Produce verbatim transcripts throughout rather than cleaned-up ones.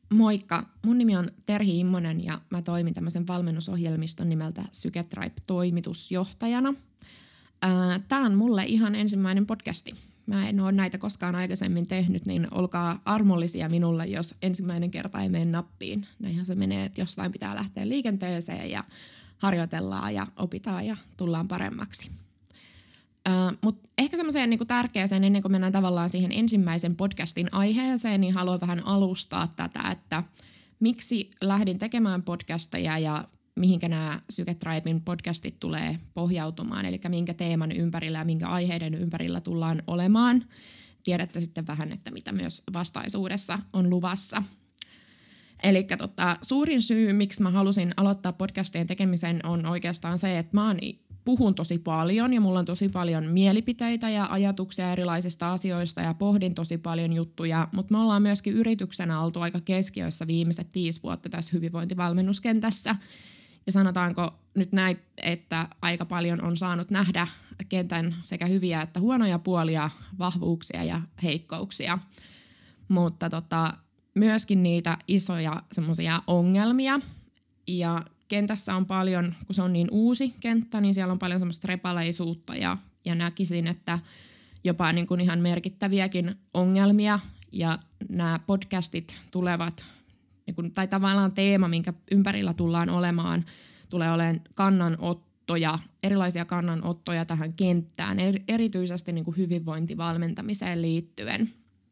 Moikka, mun nimi on Terhi Immonen ja mä toimin tämmöisen valmennusohjelmiston nimeltä Syketribe-toimitusjohtajana. Tää on mulle ihan ensimmäinen podcasti. Mä en ole näitä koskaan aikaisemmin tehnyt, niin olkaa armollisia minulle, jos ensimmäinen kerta ei mene nappiin. Näinhän se menee, että jostain pitää lähteä liikenteeseen ja harjoitellaan ja opitaan ja tullaan paremmaksi. Uh, Mutta ehkä semmoiseen niinku tärkeäseen, ennen kuin mennään tavallaan siihen ensimmäisen podcastin aiheeseen, niin haluan vähän alustaa tätä, että miksi lähdin tekemään podcasteja ja mihinkä nämä Syketriben podcastit tulee pohjautumaan, eli minkä teeman ympärillä ja minkä aiheiden ympärillä tullaan olemaan. Tiedätte sitten vähän, että mitä myös vastaisuudessa on luvassa. Eli tota, suurin syy, miksi mä halusin aloittaa podcastien tekemisen, on oikeastaan se, että mä oon puhun tosi paljon ja mulla on tosi paljon mielipiteitä ja ajatuksia erilaisista asioista ja pohdin tosi paljon juttuja, mutta me ollaan myöskin yrityksenä oltu aika keskiössä viimeiset viisi vuotta tässä hyvinvointivalmennuskentässä. Ja sanotaanko nyt näin, että aika paljon on saanut nähdä kentän sekä hyviä että huonoja puolia, vahvuuksia ja heikkouksia, mutta tota, myöskin niitä isoja semmoisia ongelmia ja kentässä on paljon, kun se on niin uusi kenttä, niin siellä on paljon semmoista repaleisuutta ja, ja näkisin, että jopa niin kuin ihan merkittäviäkin ongelmia ja nämä podcastit tulevat, niin kuin, tai tavallaan teema, minkä ympärillä tullaan olemaan, tulee olemaan kannanottoja, erilaisia kannanottoja tähän kenttään, erityisesti niin kuin hyvinvointivalmentamiseen liittyen.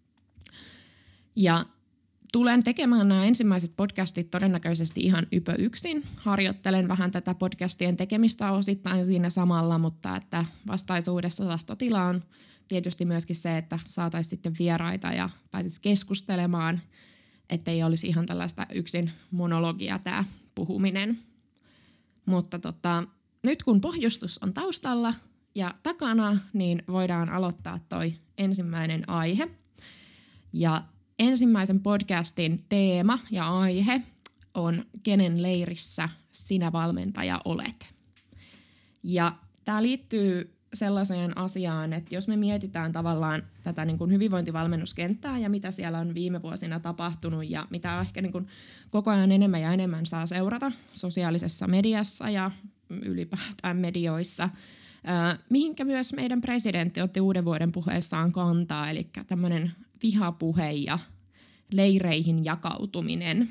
Ja tulen tekemään nämä ensimmäiset podcastit todennäköisesti ihan ypö yksin. Harjoittelen vähän tätä podcastien tekemistä osittain siinä samalla, mutta että vastaisuudessa tahtotila on tietysti myöskin se, että saataisiin sitten vieraita ja pääsisi keskustelemaan, ettei olisi ihan tällaista yksin monologia tämä puhuminen. Mutta tota, nyt kun pohjustus on taustalla ja takana, niin voidaan aloittaa toi ensimmäinen aihe. Ja ensimmäisen podcastin teema ja aihe on kenen leirissä sinä valmentaja olet. Ja tämä liittyy sellaiseen asiaan, että jos me mietitään tavallaan tätä niin kuin hyvinvointivalmennuskenttää ja mitä siellä on viime vuosina tapahtunut ja mitä ehkä niin kuin koko ajan enemmän ja enemmän saa seurata sosiaalisessa mediassa ja ylipäätään medioissa, äh, mihinkä myös meidän presidentti otti uuden vuoden puheessaan kantaa, eli tämmöinen vihapuhe ja leireihin jakautuminen.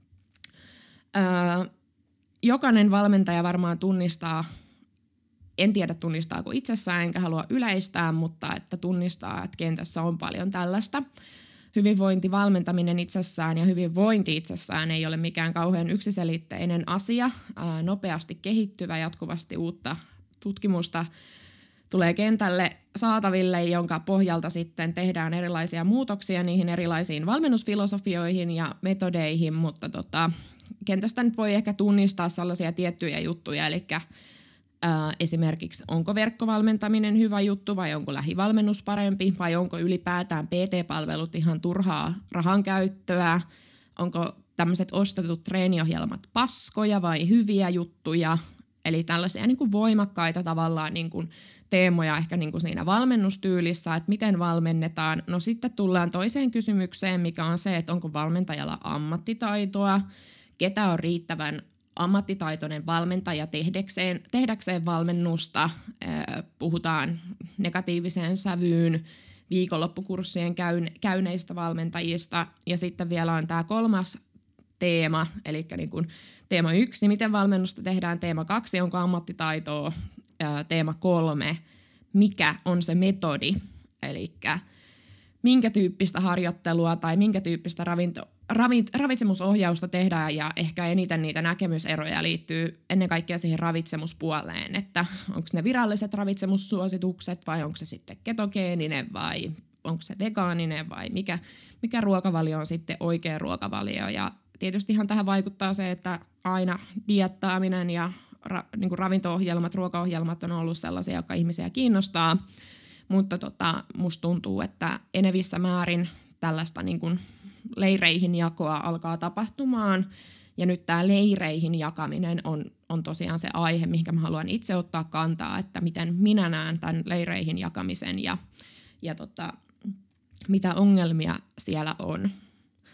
Öö, jokainen valmentaja varmaan tunnistaa, en tiedä tunnistaako itsessään, enkä halua yleistää, mutta että tunnistaa, että kentässä on paljon tällaista. Hyvinvointivalmentaminen itsessään ja hyvinvointi itsessään ei ole mikään kauhean yksiselitteinen asia. Öö, nopeasti kehittyvä, jatkuvasti uutta tutkimusta tulee kentälle saataville, jonka pohjalta sitten tehdään erilaisia muutoksia niihin erilaisiin valmennusfilosofioihin ja metodeihin, mutta tota, kentästä nyt voi ehkä tunnistaa sellaisia tiettyjä juttuja, eli ää, esimerkiksi onko verkkovalmentaminen hyvä juttu vai onko lähivalmennus parempi vai onko ylipäätään P T-palvelut ihan turhaa rahankäyttöä, onko tämmöiset ostetut treeniohjelmat paskoja vai hyviä juttuja. Eli tällaisia niin kuin voimakkaita tavallaan niin kuin teemoja ehkä niin kuin siinä valmennustyylissä, että miten valmennetaan. No sitten tullaan toiseen kysymykseen, mikä on se, että onko valmentajalla ammattitaitoa, ketä on riittävän ammattitaitoinen valmentaja tehdäkseen, tehdäkseen valmennusta. Puhutaan negatiiviseen sävyyn, viikonloppukurssien käyneistä valmentajista ja sitten vielä on tämä kolmas teema, eli niin kuin teema yksi, miten valmennusta tehdään, teema kaksi, onko ammattitaitoa, teema kolme, mikä on se metodi, eli minkä tyyppistä harjoittelua tai minkä tyyppistä ravinto, ravit, ravitsemusohjausta tehdään ja ehkä eniten niitä näkemyseroja liittyy ennen kaikkea siihen ravitsemuspuoleen, että onko ne viralliset ravitsemussuositukset vai onko se sitten ketogeeninen vai onko se vegaaninen vai mikä, mikä ruokavalio on sitten oikea ruokavalio ja tietystihan tähän vaikuttaa se, että aina diettaaminen ja ra, niin kuin ravinto-ohjelmat, ruokaohjelmat on ollut sellaisia, jotka ihmisiä kiinnostaa, mutta tota, musta tuntuu, että enevissä määrin tällaista niin kuin leireihin jakoa alkaa tapahtumaan ja nyt tämä leireihin jakaminen on, on tosiaan se aihe, mihinkä mä haluan itse ottaa kantaa, että miten minä näen tämän leireihin jakamisen ja, ja tota, mitä ongelmia siellä on.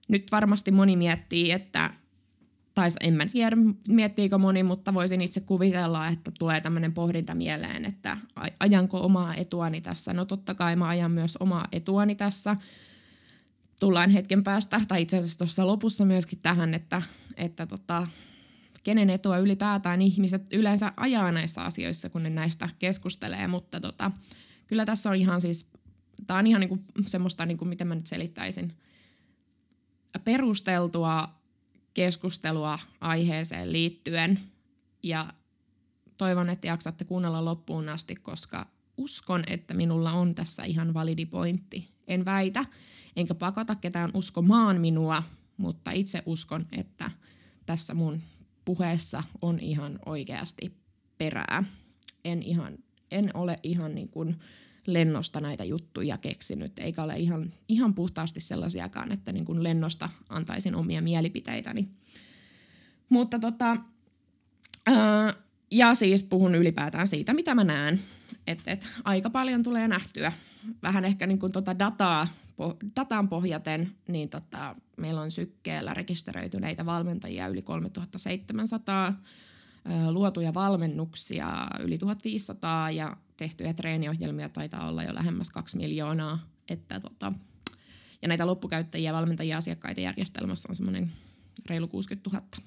nyt varmasti moni miettii, että, tai en mä tiedä miettiikö moni, mutta voisin itse kuvitella, että tulee tämmöinen pohdinta mieleen, että ajanko omaa etuani tässä. No totta kai mä ajan myös omaa etuani tässä. Tullaan hetken päästä, tai itse asiassa tuossa lopussa myöskin tähän, että, että tota, kenen etua ylipäätään ihmiset yleensä ajaa näissä asioissa, kun ne näistä keskustelee, mutta tota, kyllä tässä on ihan siis, tää on ihan niinku semmoista, niinku, miten mä nyt selittäisin, perusteltua keskustelua aiheeseen liittyen, ja toivon, että jaksatte kuunnella loppuun asti, koska uskon, että minulla on tässä ihan validi pointti. En väitä, enkä pakota ketään uskomaan minua, mutta itse uskon, että tässä mun puheessa on ihan oikeasti perää. En, ihan, en ole ihan niin kuin lennosta näitä juttuja keksinyt, eikä ole ihan, ihan puhtaasti sellaisiakaan, että niin kuin lennosta antaisin omia mielipiteitäni. Mutta tota, ää, ja siis puhun ylipäätään siitä, mitä mä näen. Että et, aika paljon tulee nähtyä. Vähän ehkä niin kuin tota dataa, po, dataan pohjaten, niin tota, meillä on sykkeellä rekisteröityneitä valmentajia yli kolmetuhattaseitsemänsataa, ää, luotuja valmennuksia yli tuhatviisisataa ja tehtyjä treeniohjelmia taitaa olla jo lähemmäs kaksi miljoonaa. Että tota, ja näitä loppukäyttäjiä, valmentajia, asiakkaita järjestelmässä on semmoinen reilu kuusikymmentätuhatta.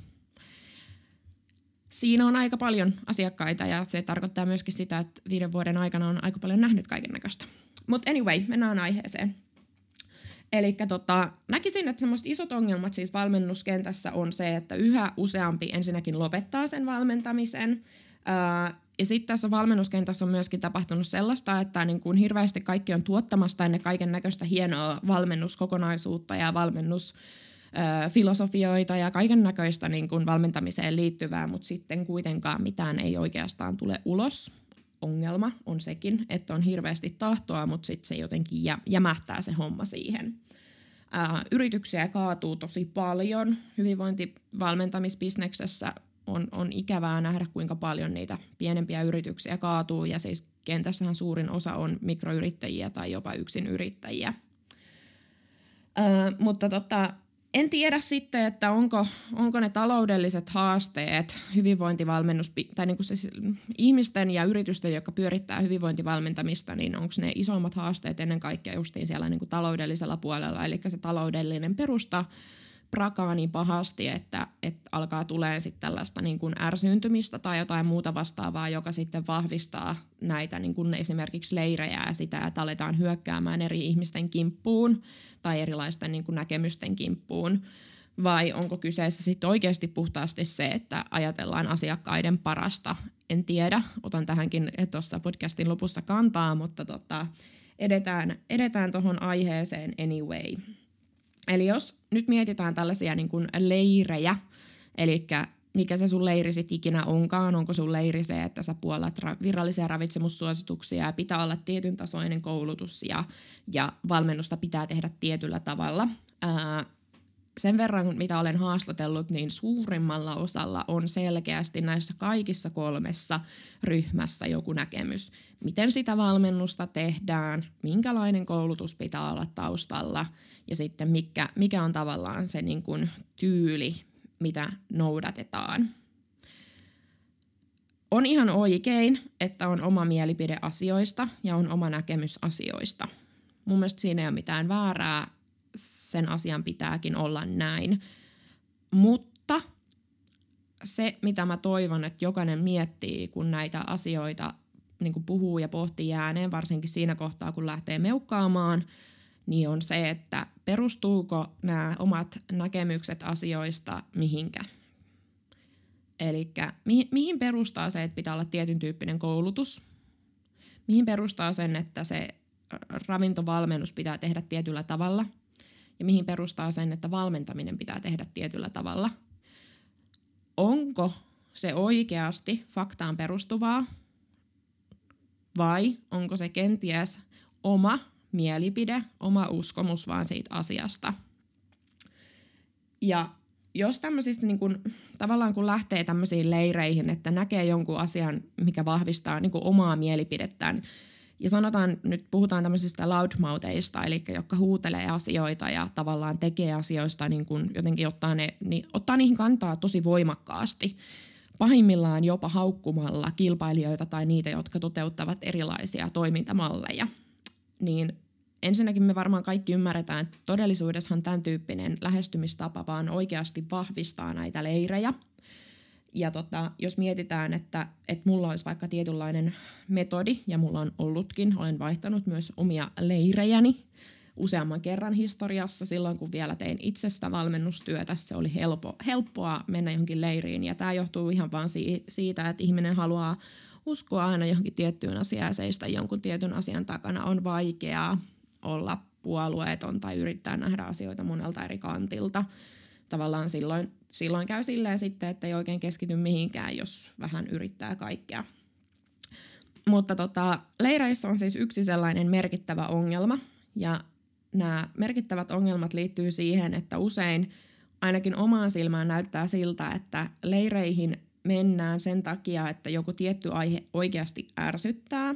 Siinä on aika paljon asiakkaita ja se tarkoittaa myöskin sitä, että viiden vuoden aikana on aika paljon nähnyt kaiken näköistä. Mutta anyway, mennään aiheeseen. Eli tota, näkisin, että semmoiset isot ongelmat siis valmennuskentässä on se, että yhä useampi ensinnäkin lopettaa sen valmentamisen. Ää, ja sitten tässä valmennuskentässä on myöskin tapahtunut sellaista, että niin kuin hirveästi kaikki on tuottamassa tänne kaiken näköistä hienoa valmennuskokonaisuutta ja valmennus filosofioita ja kaiken näköistä niin kuin valmentamiseen liittyvää, mutta sitten kuitenkaan mitään ei oikeastaan tule ulos. Ongelma on sekin, että on hirveästi tahtoa, mutta sitten se jotenkin jä, jämähtää se homma siihen. Ää, yrityksiä kaatuu tosi paljon. Hyvinvointivalmentamisbisneksessä on, on ikävää nähdä, kuinka paljon niitä pienempiä yrityksiä kaatuu, ja siis kentässähän suurin osa on mikroyrittäjiä tai jopa yksinyrittäjiä. Ää, mutta tota, en tiedä sitten, että onko, onko ne taloudelliset haasteet hyvinvointivalmennus, tai niin kuin se, ihmisten ja yritysten, jotka pyörittää hyvinvointivalmentamista, niin onko ne isommat haasteet ennen kaikkea justiin siellä niin kuin taloudellisella puolella, eli se taloudellinen perusta prakaa niin pahasti, että, että alkaa tulee sitten tällaista niin kuin ärsyyntymistä tai jotain muuta vastaavaa, joka sitten vahvistaa näitä niin kuin esimerkiksi leirejä ja sitä, että aletaan hyökkäämään eri ihmisten kimppuun tai erilaisten niin kuin näkemysten kimppuun. Vai onko kyseessä sitten oikeasti puhtaasti se, että ajatellaan asiakkaiden parasta? En tiedä, otan tähänkin tuossa podcastin lopussa kantaa, mutta tota, edetään, edetään tuohon aiheeseen anyway. Eli jos nyt mietitään tällaisia niin kuin leirejä, eli mikä se sun leiri sit ikinä onkaan, onko sun leiri se, että sä puolat ra- virallisia ravitsemussuosituksia ja pitää olla tietyn tasoinen koulutus ja, ja valmennusta pitää tehdä tietyllä tavalla. Ää, sen verran, mitä olen haastatellut, niin suurimmalla osalla on selkeästi näissä kaikissa kolmessa ryhmässä joku näkemys. Miten sitä valmennusta tehdään, minkälainen koulutus pitää olla taustalla ja sitten mikä, mikä on tavallaan se niin kuin tyyli, mitä noudatetaan. On ihan oikein, että on oma mielipide asioista ja on oma näkemys asioista. Mun mielestä siinä ei ole mitään väärää. Sen asian pitääkin olla näin. Mutta se, mitä mä toivon, että jokainen miettii, kun näitä asioita niin kun puhuu ja pohtii ääneen, varsinkin siinä kohtaa, kun lähtee meukkaamaan, niin on se, että perustuuko nämä omat näkemykset asioista mihinkä. Eli mihin, mihin perustaa se, että pitää olla tietyn tyyppinen koulutus? Mihin perustaa sen, että se ravintovalmennus pitää tehdä tietyllä tavalla? Ja mihin perustaa sen, että valmentaminen pitää tehdä tietyllä tavalla? Onko se oikeasti faktaan perustuvaa vai onko se kenties oma mielipide, oma uskomus vaan siitä asiasta? Ja jos tämmöisistä niin kun, tavallaan kun lähtee tämmöisiin leireihin, että näkee jonkun asian, mikä vahvistaa niin kun omaa mielipidettään Ja sanotaan, nyt puhutaan tämmöisistä loudmoutheista, eli jotka huutelee asioita ja tavallaan tekee asioista niin kuin jotenkin ottaa, ne, niin, ottaa niihin kantaa tosi voimakkaasti. Pahimmillaan jopa haukkumalla kilpailijoita tai niitä, jotka toteuttavat erilaisia toimintamalleja. Niin ensinnäkin me varmaan kaikki ymmärretään, että todellisuudessahan tämän tyyppinen lähestymistapa vaan oikeasti vahvistaa näitä leirejä. Ja tota, jos mietitään, että, että mulla olisi vaikka tietynlainen metodi, ja mulla on ollutkin, olen vaihtanut myös omia leirejäni useamman kerran historiassa. Silloin kun vielä tein itsestä valmennustyötä, se oli helppo, helppoa mennä johonkin leiriin. Ja tämä johtuu ihan vaan siitä, että ihminen haluaa uskoa aina johonkin tiettyyn asiaan ja seistä jonkun tietyn asian takana. On vaikeaa olla puolueeton tai yrittää nähdä asioita monelta eri kantilta. Tavallaan silloin, silloin käy silleen sitten, että ei oikein keskity mihinkään, jos vähän yrittää kaikkea. Mutta tota, leireissä on siis yksi sellainen merkittävä ongelma, ja nämä merkittävät ongelmat liittyy siihen, että usein ainakin omaan silmään näyttää siltä, että leireihin mennään sen takia, että joku tietty aihe oikeasti ärsyttää.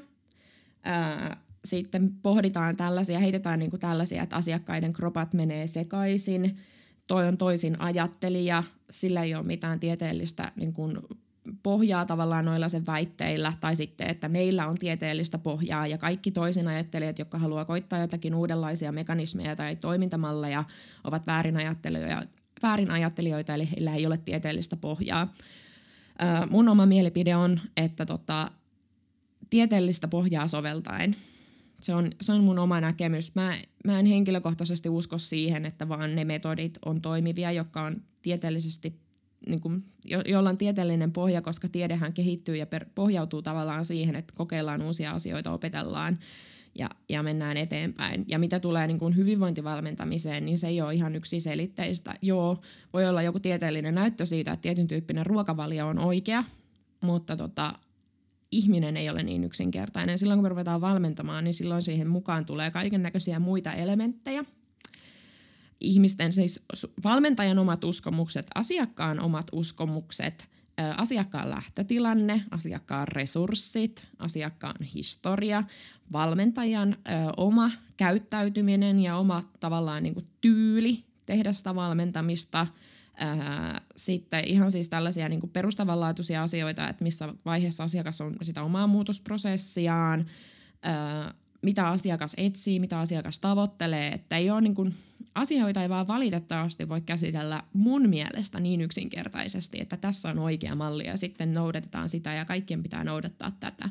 Ää, sitten pohditaan tällaisia, heitetään niin kuin tällaisia, että asiakkaiden kropat menee sekaisin, toi on toisin ajattelija, sillä ei ole mitään tieteellistä niin kuin pohjaa tavallaan noilla sen väitteillä, tai sitten, että meillä on tieteellistä pohjaa, ja kaikki toisin ajattelijat, jotka haluaa koittaa jotakin uudenlaisia mekanismeja tai toimintamalleja, ovat väärin väärin ajattelijoita, eli heillä ei ole tieteellistä pohjaa. Äh, mun oma mielipide on, että tota, tieteellistä pohjaa soveltaen, se on, se on mun oma näkemys. Mä, mä en henkilökohtaisesti usko siihen, että vaan ne metodit on toimivia, jotka on tieteellisesti, niin kuin, jo, jolla on tieteellinen pohja, koska tiedehän kehittyy ja per, pohjautuu tavallaan siihen, että kokeillaan uusia asioita, opetellaan ja, ja mennään eteenpäin. Ja mitä tulee niin kuin hyvinvointivalmentamiseen, niin se ei ole ihan yksiselitteistä. Joo, voi olla joku tieteellinen näyttö siitä, että tietyn tyyppinen ruokavalio on oikea, mutta tota, ihminen ei ole niin yksinkertainen. Silloin kun me ruvetaan valmentamaan, niin silloin siihen mukaan tulee kaiken näköisiä muita elementtejä. Ihmisten, siis valmentajan omat uskomukset, asiakkaan omat uskomukset, asiakkaan lähtötilanne, asiakkaan resurssit, asiakkaan historia, valmentajan ö, oma käyttäytyminen ja oma tavallaan niin kuin tyyli tehdä sitä valmentamista. Ää, sitten ihan siis tällaisia niin kuin perustavanlaatuisia asioita, että missä vaiheessa asiakas on sitä omaa muutosprosessiaan, ää, mitä asiakas etsii, mitä asiakas tavoittelee, että ei ole niin kuin, asioita ei vaan valitettavasti voi käsitellä mun mielestä niin yksinkertaisesti, että tässä on oikea malli ja sitten noudatetaan sitä ja kaikkien pitää noudattaa tätä.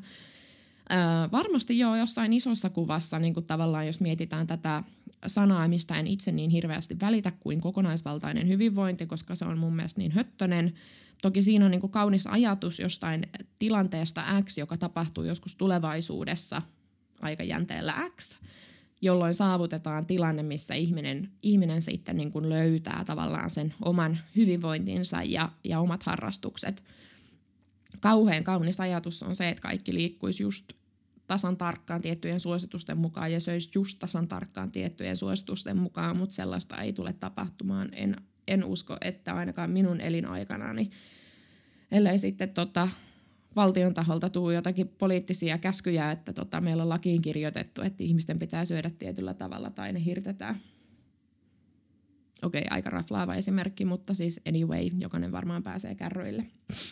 Ää, varmasti joo, jossain isossa kuvassa, niin kuin tavallaan jos mietitään tätä sanaa, mistä en itse niin hirveästi välitä kuin kokonaisvaltainen hyvinvointi, koska se on mun mielestä niin höttönen. Toki siinä on niin kuin kaunis ajatus jostain tilanteesta X, joka tapahtuu joskus tulevaisuudessa aikajänteellä X, jolloin saavutetaan tilanne, missä ihminen, ihminen sitten niin kuin löytää tavallaan sen oman hyvinvointinsa ja, ja omat harrastukset. Kauhean kaunis ajatus on se, että kaikki liikkuisi just tasan tarkkaan tiettyjen suositusten mukaan ja söisi just tasan tarkkaan tiettyjen suositusten mukaan, mutta sellaista ei tule tapahtumaan. En, en usko, että ainakaan minun elinaikanani, ellei sitten tota, valtion taholta tule jotakin poliittisia käskyjä, että tota, meillä on lakiin kirjoitettu, että ihmisten pitää syödä tietyllä tavalla tai ne hirtetään. Okei, okay, aika raflaava esimerkki, mutta siis anyway, jokainen varmaan pääsee kärryille.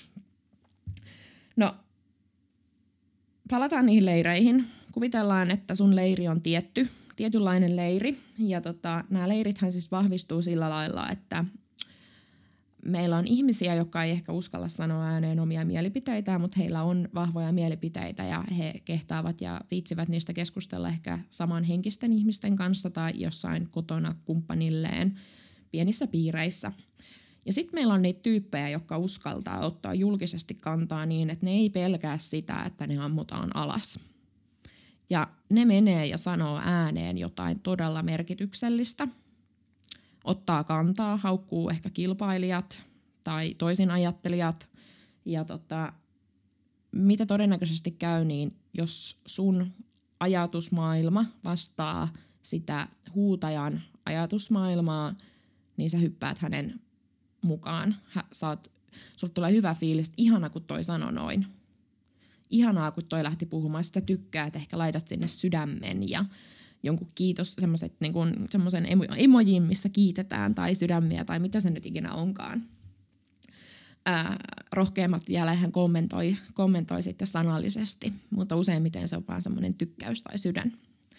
No, palataan niihin leireihin. Kuvitellaan, että sun leiri on tietty, tietynlainen leiri. Ja tota, nämä leirithän siis vahvistuu sillä lailla, että meillä on ihmisiä, jotka ei ehkä uskalla sanoa ääneen omia mielipiteitä, mutta heillä on vahvoja mielipiteitä ja he kehtaavat ja viitsivät niistä keskustella ehkä samanhenkisten ihmisten kanssa tai jossain kotona kumppanilleen pienissä piireissä. Ja sitten meillä on niitä tyyppejä, jotka uskaltaa ottaa julkisesti kantaa niin, että ne ei pelkää sitä, että ne ammutaan alas. Ja ne menee ja sanoo ääneen jotain todella merkityksellistä, ottaa kantaa, haukkuu ehkä kilpailijat tai toisin ajattelijat. Ja tota, mitä todennäköisesti käy, niin jos sun ajatusmaailma vastaa sitä huutajan ajatusmaailmaa, niin sä hyppäät hänen mukaan. Hä, saat, sulle tulee hyvä fiilis, ihana kun toi sanoi noin. ihanaa, kun toi lähti puhumaan, sitä tykkää, että ehkä laitat sinne sydämen ja jonkun kiitos, semmoiset niin kuin semmoisen emojin, missä kiitetään tai sydämiä tai mitä se nyt ikinä onkaan. Ää, rohkeimmat vielä hän kommentoi, kommentoi sitten sanallisesti, mutta useimmiten se on vaan semmoinen tykkäys tai sydän.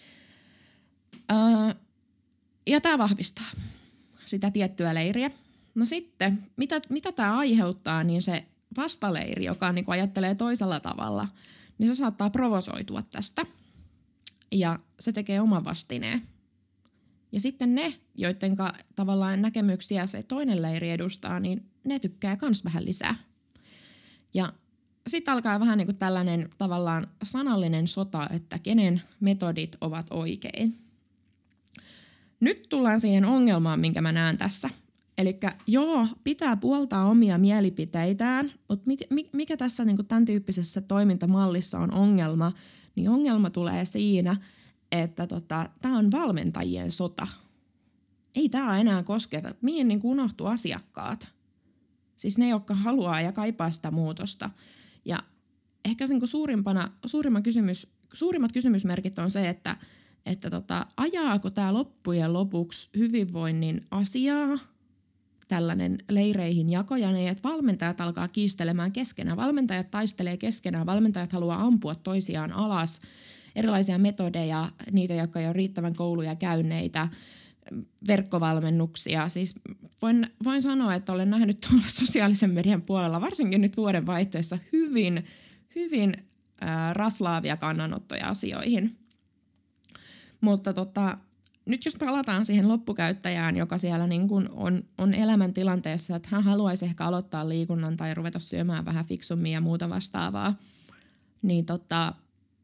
Ää, ja tämä vahvistaa sitä tiettyä leiriä. No sitten, mitä, mitä tämä aiheuttaa, niin se vastaleiri, joka niin kuin ajattelee toisella tavalla, niin se saattaa provosoitua tästä. Ja se tekee oman vastineen. Ja sitten ne, joiden tavallaan näkemyksiä se toinen leiri edustaa, niin ne tykkää kans vähän lisää. Ja sitten alkaa vähän niin kuin tällainen tavallaan sanallinen sota, että kenen metodit ovat oikein. Nyt tullaan siihen ongelmaan, minkä mä näen tässä. Eli joo, pitää puoltaa omia mielipiteitään, mutta mikä tässä niin kuin tämän tyyppisessä toimintamallissa on ongelma, niin ongelma tulee siinä, että tota, tämä on valmentajien sota. Ei tämä enää kosketa, mihin niin kuin unohtuu asiakkaat. Siis ne, jotka haluaa ja kaipaa sitä muutosta. Ja ehkä niin kuin suurimpana, suurimman kysymys, suurimmat kysymysmerkit on se, että, että tota, ajaako tämä loppujen lopuksi hyvinvoinnin asiaa, tällainen leireihin jako, ja ne, että valmentajat alkaa kiistelemään keskenään. Valmentajat taistelee keskenään, valmentajat haluaa ampua toisiaan alas, erilaisia metodeja, niitä, jotka ei ole riittävän kouluja käyneitä, verkkovalmennuksia. Siis voin, voin sanoa, että olen nähnyt tuolla sosiaalisen median puolella, varsinkin nyt vuoden vaihteessa, hyvin, hyvin äh, raflaavia kannanottoja asioihin. Mutta tota, nyt jos palataan siihen loppukäyttäjään, joka siellä niin kuin on, on elämäntilanteessa, että hän haluaisi ehkä aloittaa liikunnan tai ruveta syömään vähän fiksummin ja muuta vastaavaa, niin tota,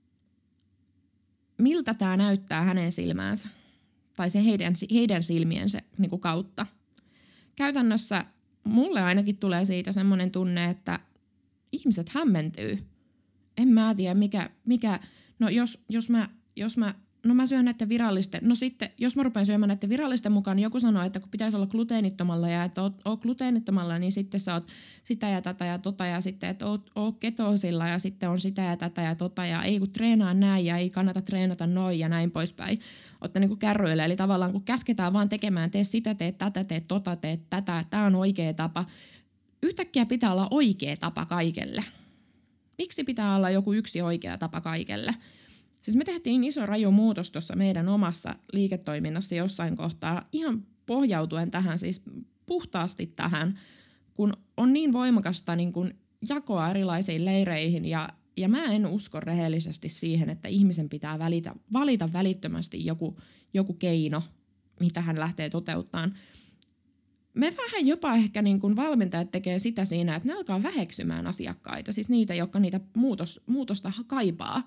miltä tämä näyttää hänen silmäänsä tai se heidän, heidän silmiensä niin kuin kautta. Käytännössä mulle ainakin tulee siitä semmoinen tunne, että ihmiset hämmentyy. En mä tiedä mikä, mikä no jos, jos mä, jos mä No mä syön näiden virallisten, no sitten jos mä rupean syömään näiden virallisten mukaan, niin joku sanoo, että kun pitäisi olla gluteenittomalla ja että oot, oot gluteenittomalla, niin sitten sä oot sitä ja tätä ja tota ja sitten, että oot, oot ketosilla ja sitten on sitä ja tätä ja tota ja ei kun treenaa näin ja ei kannata treenata noin ja näin poispäin. Ootte niin kuin kärryillä, eli tavallaan kun käsketään vaan tekemään, tee sitä, tee tätä, tee tota, tee tätä, tää on oikea tapa. Yhtäkkiä pitää olla oikea tapa kaikelle. Miksi pitää olla joku yksi oikea tapa kaikelle? Siis me tehtiin iso raju muutos tuossa meidän omassa liiketoiminnassa jossain kohtaa ihan pohjautuen tähän, siis puhtaasti tähän, kun on niin voimakasta niin kuin jakoa erilaisiin leireihin ja, ja mä en usko rehellisesti siihen, että ihmisen pitää välitä, valita välittömästi joku, joku keino, mitä hän lähtee toteuttamaan. Me vähän jopa ehkä niin kuin valmentajat tekee sitä siinä, että ne alkaa väheksymään asiakkaita, siis niitä, jotka niitä muutos, muutosta kaipaa.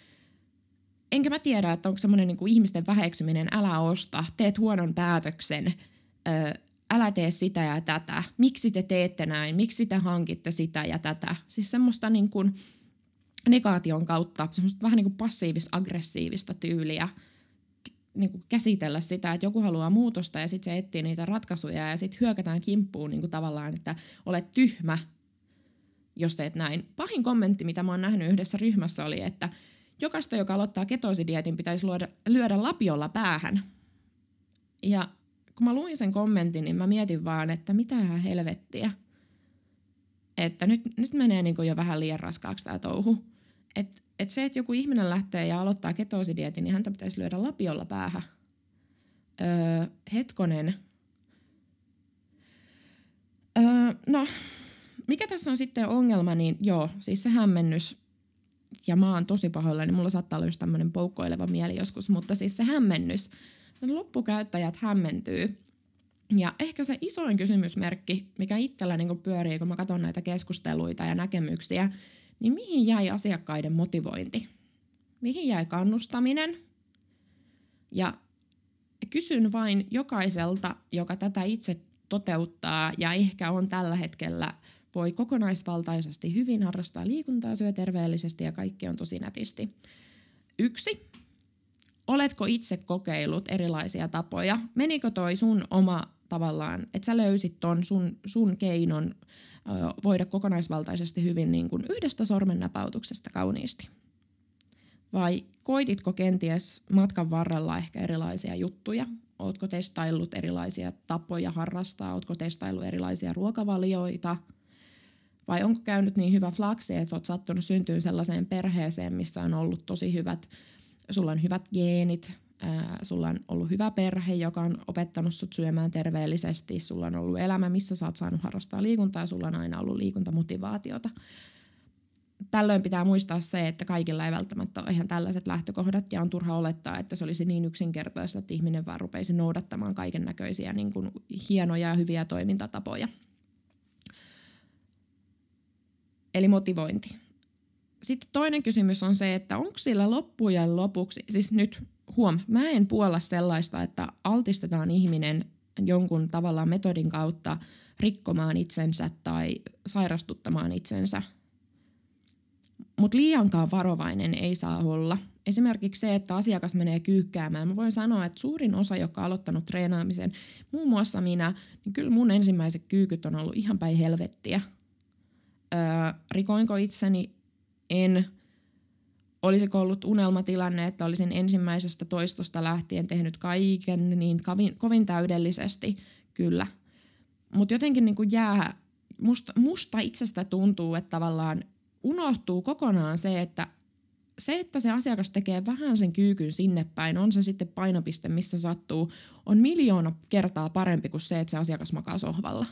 Enkä mä tiedä, että onko semmoinen niin kuin ihmisten väheksyminen, älä osta, teet huonon päätöksen, ö, älä tee sitä ja tätä, miksi te teette näin, miksi te hankitte sitä ja tätä. Siis semmoista niin kuin negaation kautta, semmoista vähän niin kuin passiivis-aggressiivista tyyliä niin kuin käsitellä sitä, että joku haluaa muutosta ja sitten se etsii niitä ratkaisuja ja sitten hyökätään kimppuun niin kuin tavallaan, että olet tyhmä, jos teet näin. Pahin kommentti, mitä mä oon nähnyt yhdessä ryhmässä oli, että jokaista, joka aloittaa ketosidietin, pitäisi lyödä, lyödä lapiolla päähän. Ja kun mä luin sen kommentin, niin mä mietin vaan, että mitä helvettiä. Että nyt, nyt menee niin kuin jo vähän liian raskaaksi tää touhu. Että et se, että joku ihminen lähtee ja aloittaa ketosidietin, niin häntä pitäisi lyödä lapiolla päähän. Öö, hetkonen. Öö, no, mikä tässä on sitten ongelma, niin joo, siis se hämmennys. Ja mä oon tosi pahoilla, niin mulla saattaa olla just tämmönen poukkoileva mieli joskus, mutta siis se hämmennys, loppukäyttäjät hämmentyy. Ja ehkä se isoin kysymysmerkki, mikä itsellä niin pyörii, kun mä katson näitä keskusteluita ja näkemyksiä, niin mihin jäi asiakkaiden motivointi? Mihin jäi kannustaminen? Ja kysyn vain jokaiselta, joka tätä itse toteuttaa ja ehkä on tällä hetkellä voi kokonaisvaltaisesti hyvin harrastaa liikuntaa, syö terveellisesti ja kaikki on tosi nätisti. Yksi. Oletko itse kokeillut erilaisia tapoja? Menikö toi sun oma tavallaan, että sä löysit ton sun, sun keinon ö, voida kokonaisvaltaisesti hyvin niin kuin yhdestä sormennäpäytyksestä kauniisti? Vai koititko kenties matkan varrella ehkä erilaisia juttuja? Ootko testaillut erilaisia tapoja harrastaa? Ootko testaillut erilaisia ruokavalioita? Vai onko käynyt niin hyvä flaksi, että oot sattunut syntyyn sellaiseen perheeseen, missä on ollut tosi hyvät, sulla on hyvät geenit, ää, sulla on ollut hyvä perhe, joka on opettanut sut syömään terveellisesti, sulla on ollut elämä, missä sä oot saanut harrastaa liikuntaa ja sulla on aina ollut liikuntamotivaatiota. Tällöin pitää muistaa se, että kaikilla ei välttämättä ole ihan tällaiset lähtökohdat ja on turha olettaa, että se olisi niin yksinkertaista, että ihminen vaan rupeisi noudattamaan kaiken näköisiä niin kuin hienoja ja hyviä toimintatapoja. Eli motivointi. Sitten toinen kysymys on se, että onko sillä loppujen lopuksi, siis nyt huom, mä en puolla sellaista, että altistetaan ihminen jonkun tavallaan metodin kautta rikkomaan itsensä tai sairastuttamaan itsensä. Mutta liiankaan varovainen ei saa olla. Esimerkiksi se, että asiakas menee kyykkäämään. Mä voin sanoa, että suurin osa, joka on aloittanut treenaamisen, muun muassa minä, niin kyllä mun ensimmäiset kyykyt on ollut ihan päin helvettiä. Öö, rikoinko itseni? En. Olisiko ollut unelmatilanne, että olisin ensimmäisestä toistosta lähtien tehnyt kaiken niin kovin, kovin täydellisesti? Kyllä. Mutta jotenkin niin kuin jää, musta, musta itsestä tuntuu, että tavallaan unohtuu kokonaan se, että se, että se asiakas tekee vähän sen kyykyn sinne päin, on se sitten painopiste, missä sattuu, on miljoona kertaa parempi kuin se, että se asiakas makaa sohvalla.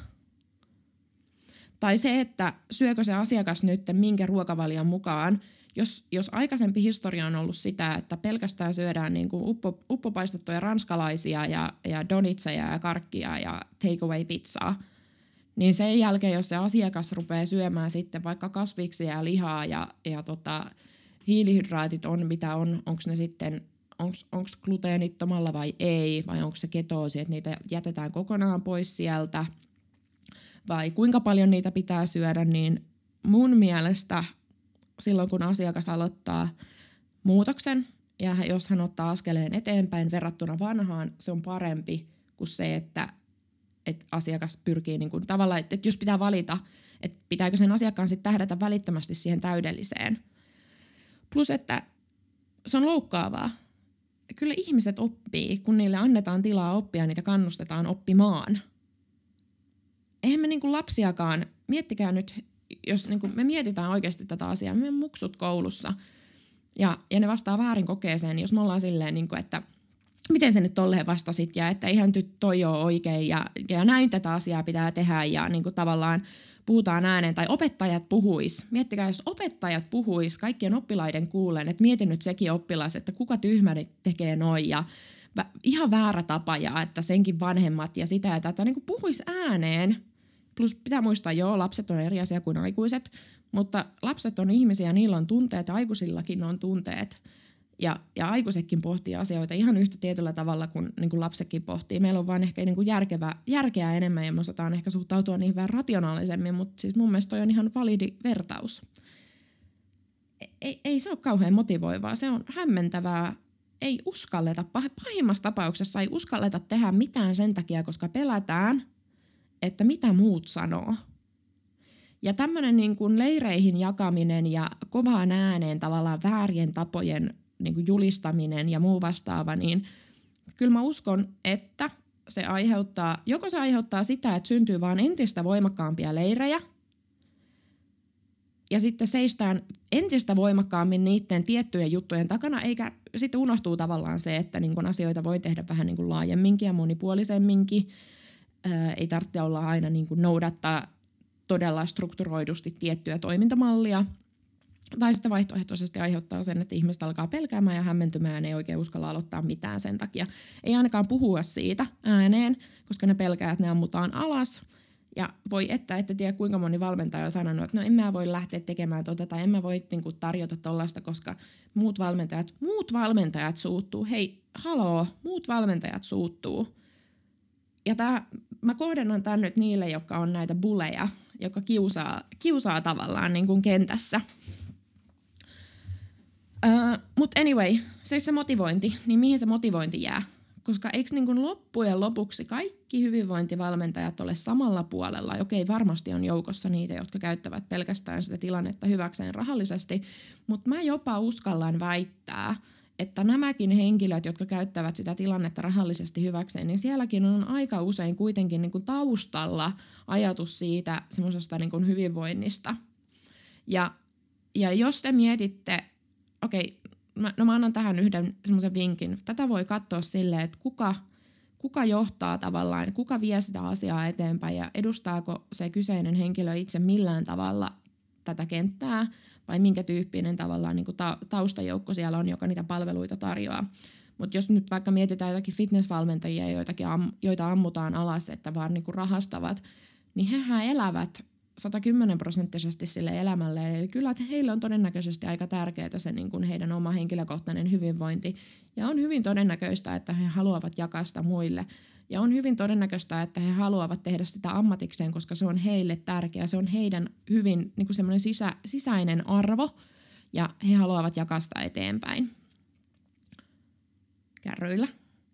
Tai se, että syökö se asiakas nyt minkä ruokavalion mukaan, jos, jos aikaisempi historia on ollut sitä, että pelkästään syödään niin kuin uppo, uppopaistettuja ranskalaisia ja, ja donitseja ja karkkia ja takeaway pizzaa, niin sen jälkeen, jos se asiakas rupeaa syömään sitten vaikka kasviksia ja lihaa ja, ja tota, hiilihydraatit on mitä on, onko ne sitten, onko gluteenittomalla vai ei, vai onko se ketoosi, että niitä jätetään kokonaan pois sieltä, vai kuinka paljon niitä pitää syödä, niin mun mielestä silloin, kun asiakas aloittaa muutoksen, ja jos hän ottaa askeleen eteenpäin verrattuna vanhaan, se on parempi kuin se, että että asiakas pyrkii niin kuin tavallaan, että jos pitää valita, että pitääkö sen asiakkaan sitten tähdätä välittömästi siihen täydelliseen. Plus, että se on loukkaavaa. Kyllä ihmiset oppii, kun niille annetaan tilaa oppia, niitä kannustetaan oppimaan. Eihän me niin kuin lapsiakaan, miettikää nyt, jos niin kuin me mietitään oikeasti tätä asiaa, meidän muksut koulussa, ja, ja ne vastaa väärin kokeeseen, jos me ollaan silleen, niin kuin, että miten sä nyt tolleen vastasit ja että ihan nyt toi ole oikein ja, ja näin tätä asiaa pitää tehdä ja niin kuin tavallaan puhutaan ääneen tai opettajat puhuis. Miettikää, jos opettajat puhuis kaikkien oppilaiden kuulen, että mieti nyt sekin oppilas, että kuka tyhmä tekee noin ja vä, ihan väärä tapa ja että senkin vanhemmat ja sitä ja tätä niin kuin puhuis ääneen. Plus pitää muistaa, joo, lapset on eri asia kuin aikuiset, mutta lapset on ihmisiä, niillä on tunteet ja aikuisillakin on tunteet. Ja, ja aikuisetkin pohtii asioita ihan yhtä tietyllä tavalla kuin, niin kuin lapsetkin pohtii. Meillä on vaan ehkä niin kuin järkevä, järkeä enemmän ja me osataan ehkä suhtautua niihin vähän rationaalisemmin, mutta siis mun mielestä toi on ihan validi vertaus. Ei, ei se ole kauhean motivoivaa, se on hämmentävää. Ei uskalleta, pahimmassa tapauksessa ei uskalleta tehdä mitään sen takia, koska pelätään, että mitä muut sanoo. Ja tämmöinen niin kuin leireihin jakaminen ja kovaan ääneen tavallaan väärien tapojen niin kuin julistaminen ja muu vastaava, niin kyllä mä uskon, että se aiheuttaa, joko se aiheuttaa sitä, että syntyy vaan entistä voimakkaampia leirejä, ja sitten seistään entistä voimakkaammin niiden tiettyjen juttujen takana, eikä sitten unohtuu tavallaan se, että niin kuin asioita voi tehdä vähän niin kuin laajemminkin ja monipuolisemminkin. Ää, ei tarvitse olla aina niin kuin noudattaa todella strukturoidusti tiettyä toimintamallia. Tai sitten vaihtoehtoisesti aiheuttaa sen, että ihmiset alkaa pelkäämään ja hämmentymään ja ei oikein uskalla aloittaa mitään sen takia. Ei ainakaan puhua siitä ääneen, koska ne pelkää, että ne ammutaan alas. Ja voi että, ette tiedä kuinka moni valmentaja on sanonut, että no en mä voi lähteä tekemään tota tai en mä voi niin kuin tarjota tollaista, koska muut valmentajat, muut valmentajat suuttuu. Hei, haloo, muut valmentajat suuttuu. Ja tää, mä kohdennan tämän nyt niille, jotka on näitä buleja, jotka kiusaa, kiusaa tavallaan niin kuin kentässä. Uh, Mutta anyway, se se motivointi, niin mihin se motivointi jää? koska eikö niin kuin loppujen lopuksi kaikki hyvinvointivalmentajat ole samalla puolella? Okei, varmasti on joukossa niitä, jotka käyttävät pelkästään sitä tilannetta hyväkseen rahallisesti, mutta mä jopa uskallan väittää, että nämäkin henkilöt, jotka käyttävät sitä tilannetta rahallisesti hyväkseen, niin sielläkin on aika usein kuitenkin niin kuin taustalla ajatus siitä semmoisesta niin kuin hyvinvoinnista. Ja, ja jos te mietitte, okei, mä, no mä annan tähän yhden semmoisen vinkin. Tätä voi katsoa silleen, että kuka, kuka johtaa tavallaan, kuka vie sitä asiaa eteenpäin ja edustaako se kyseinen henkilö itse millään tavalla tätä kenttää, vai minkä tyyppinen tavallaan niin kuin ta- taustajoukko siellä on, joka niitä palveluita tarjoaa. Mutta jos nyt vaikka mietitään jotakin fitnessvalmentajia, joitakin am- joita ammutaan alas, että vaan niin kuin rahastavat, niin hehän elävät sata kymmenen prosenttisesti sille elämälle. Eli kyllä että heillä on todennäköisesti aika tärkeää se niin kuin heidän oma henkilökohtainen hyvinvointi. Ja on hyvin todennäköistä, että he haluavat jakaa sitä muille. Ja on hyvin todennäköistä, että he haluavat tehdä sitä ammatikseen, koska se on heille tärkeää. Se on heidän hyvin niin kuin semmoinen sisä, sisäinen arvo ja he haluavat jakaa sitä eteenpäin. Kärryillä.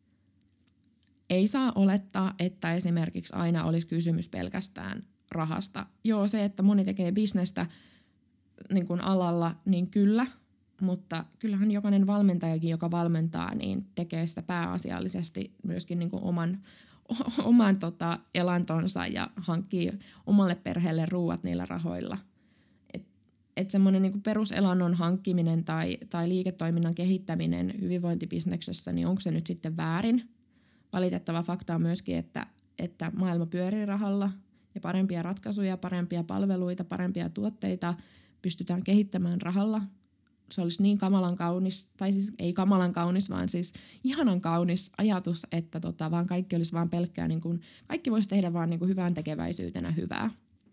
Ei saa olettaa, että esimerkiksi aina olisi kysymys pelkästään rahasta. Joo, se, että moni tekee bisnestä niin kuin alalla, niin kyllä, mutta kyllähän jokainen valmentajakin, joka valmentaa, niin tekee sitä pääasiallisesti myöskin niin kuin oman, oman tota, elantonsa ja hankkii omalle perheelle ruuat niillä rahoilla. Että et semmoinen niin kuin peruselannon hankkiminen tai, tai liiketoiminnan kehittäminen hyvinvointibisneksessä, niin onko se nyt sitten väärin? Valitettava fakta on myöskin, että, että maailma pyörii rahalla ja parempia ratkaisuja, parempia palveluita, parempia tuotteita pystytään kehittämään rahalla. Se olisi niin kamalan kaunis, tai siis ei kamalan kaunis, vaan siis ihanan kaunis ajatus, että tota, vaan kaikki olisi vaan pelkkää, niin kuin, kaikki voisi tehdä vaan niin kuin hyvän tekeväisyytenä hyvää.